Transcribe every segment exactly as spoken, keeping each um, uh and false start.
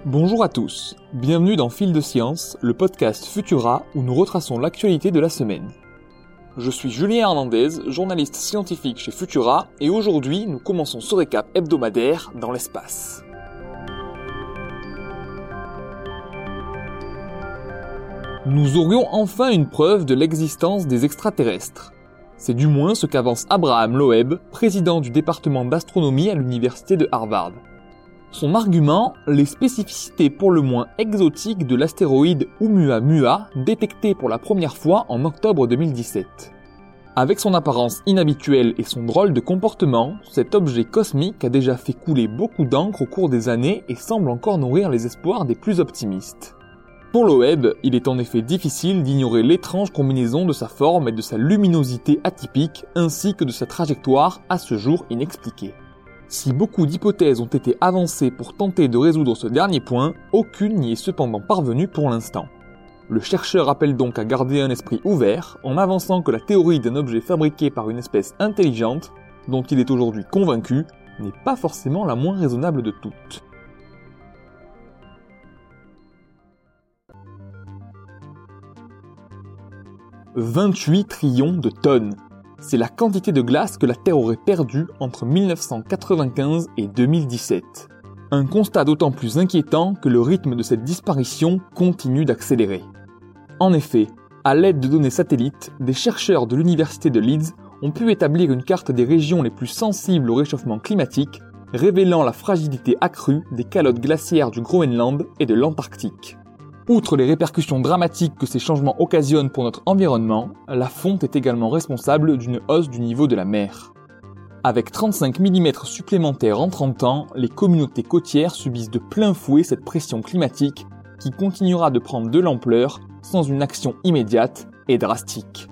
Bonjour à tous, bienvenue dans Fil de Science, le podcast Futura où nous retraçons l'actualité de la semaine. Je suis Julien Hernandez, journaliste scientifique chez Futura, et aujourd'hui nous commençons ce récap hebdomadaire dans l'espace. Nous aurions enfin une preuve de l'existence des extraterrestres. C'est du moins ce qu'avance Abraham Loeb, président du département d'astronomie à l'université de Harvard. Son argument, les spécificités pour le moins exotiques de l'astéroïde Oumuamua, détecté pour la première fois en octobre deux mille dix-sept. Avec son apparence inhabituelle et son drôle de comportement, cet objet cosmique a déjà fait couler beaucoup d'encre au cours des années et semble encore nourrir les espoirs des plus optimistes. Pour Loeb, il est en effet difficile d'ignorer l'étrange combinaison de sa forme et de sa luminosité atypique, ainsi que de sa trajectoire à ce jour inexpliquée. Si beaucoup d'hypothèses ont été avancées pour tenter de résoudre ce dernier point, aucune n'y est cependant parvenue pour l'instant. Le chercheur appelle donc à garder un esprit ouvert, en avançant que la théorie d'un objet fabriqué par une espèce intelligente, dont il est aujourd'hui convaincu, n'est pas forcément la moins raisonnable de toutes. vingt-huit trillions de tonnes. C'est la quantité de glace que la Terre aurait perdue entre mille neuf cent quatre-vingt-quinze et deux mille dix-sept. Un constat d'autant plus inquiétant que le rythme de cette disparition continue d'accélérer. En effet, à l'aide de données satellites, des chercheurs de l'université de Leeds ont pu établir une carte des régions les plus sensibles au réchauffement climatique, révélant la fragilité accrue des calottes glaciaires du Groenland et de l'Antarctique. Outre les répercussions dramatiques que ces changements occasionnent pour notre environnement, la fonte est également responsable d'une hausse du niveau de la mer. Avec trente-cinq millimètres supplémentaires en trente ans, les communautés côtières subissent de plein fouet cette pression climatique qui continuera de prendre de l'ampleur sans une action immédiate et drastique.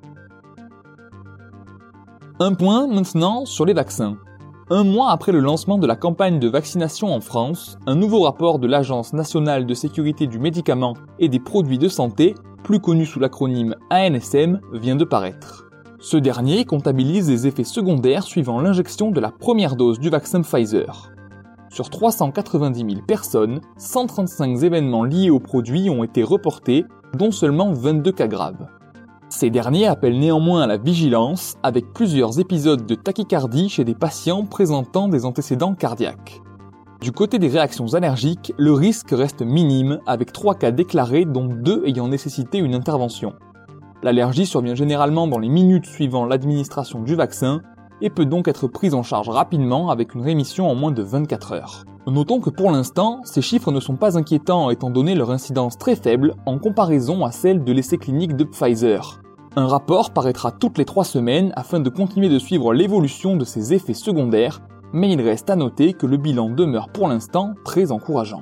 Un point maintenant sur les vaccins. Un mois après le lancement de la campagne de vaccination en France, un nouveau rapport de l'Agence nationale de sécurité du médicament et des produits de santé, plus connu sous l'acronyme A N S M, vient de paraître. Ce dernier comptabilise les effets secondaires suivant l'injection de la première dose du vaccin Pfizer. Sur trois cent quatre-vingt-dix mille personnes, cent trente-cinq événements liés au produit ont été reportés, dont seulement vingt-deux cas graves. Ces derniers appellent néanmoins à la vigilance, avec plusieurs épisodes de tachycardie chez des patients présentant des antécédents cardiaques. Du côté des réactions allergiques, le risque reste minime, avec trois cas déclarés dont deux ayant nécessité une intervention. L'allergie survient généralement dans les minutes suivant l'administration du vaccin et peut donc être prise en charge rapidement avec une rémission en moins de vingt-quatre heures. Notons que pour l'instant, ces chiffres ne sont pas inquiétants étant donné leur incidence très faible en comparaison à celle de l'essai clinique de Pfizer. Un rapport paraîtra toutes les trois semaines afin de continuer de suivre l'évolution de ces effets secondaires, mais il reste à noter que le bilan demeure pour l'instant très encourageant.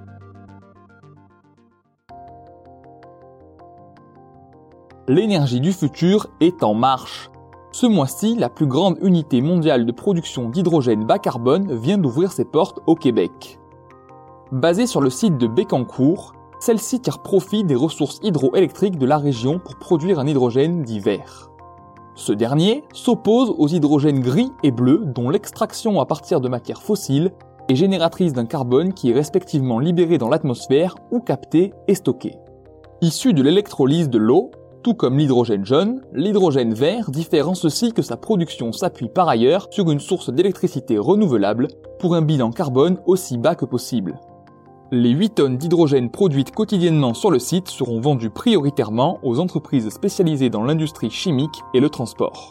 L'énergie du futur est en marche. Ce mois-ci, la plus grande unité mondiale de production d'hydrogène bas carbone vient d'ouvrir ses portes au Québec. Basée sur le site de Bécancour, celle-ci tire profit des ressources hydroélectriques de la région pour produire un hydrogène dit vert. Ce dernier s'oppose aux hydrogènes gris et bleu dont l'extraction à partir de matières fossiles est génératrice d'un carbone qui est respectivement libéré dans l'atmosphère ou capté et stocké. Issu de l'électrolyse de l'eau, tout comme l'hydrogène jaune, l'hydrogène vert diffère en ceci que sa production s'appuie par ailleurs sur une source d'électricité renouvelable pour un bilan carbone aussi bas que possible. Les huit tonnes d'hydrogène produites quotidiennement sur le site seront vendues prioritairement aux entreprises spécialisées dans l'industrie chimique et le transport.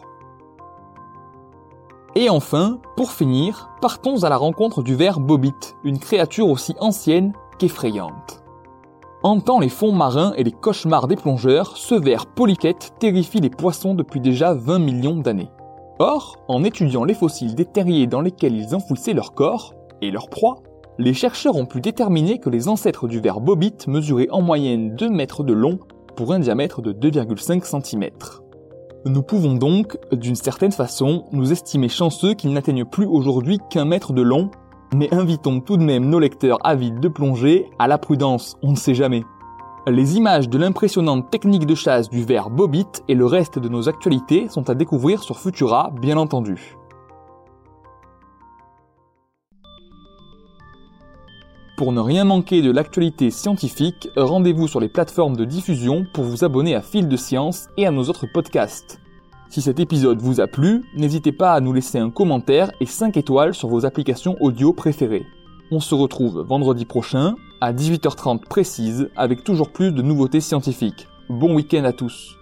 Et enfin, pour finir, partons à la rencontre du ver bobit, une créature aussi ancienne qu'effrayante. Hantant les fonds marins et les cauchemars des plongeurs, ce ver polychète terrifie les poissons depuis déjà vingt millions d'années. Or, en étudiant les fossiles des terriers dans lesquels ils enfouissaient leur corps, et leur proie, les chercheurs ont pu déterminer que les ancêtres du ver bobit mesuraient en moyenne deux mètres de long pour un diamètre de deux virgule cinq centimètres. Nous pouvons donc, d'une certaine façon, nous estimer chanceux qu'ils n'atteignent plus aujourd'hui qu'un mètre de long, mais invitons tout de même nos lecteurs avides de plongée à la prudence, on ne sait jamais. Les images de l'impressionnante technique de chasse du ver bobit et le reste de nos actualités sont à découvrir sur Futura, bien entendu. Pour ne rien manquer de l'actualité scientifique, rendez-vous sur les plateformes de diffusion pour vous abonner à Fil de Science et à nos autres podcasts. Si cet épisode vous a plu, n'hésitez pas à nous laisser un commentaire et cinq étoiles sur vos applications audio préférées. On se retrouve vendredi prochain, à dix-huit heures trente précise, avec toujours plus de nouveautés scientifiques. Bon week-end à tous.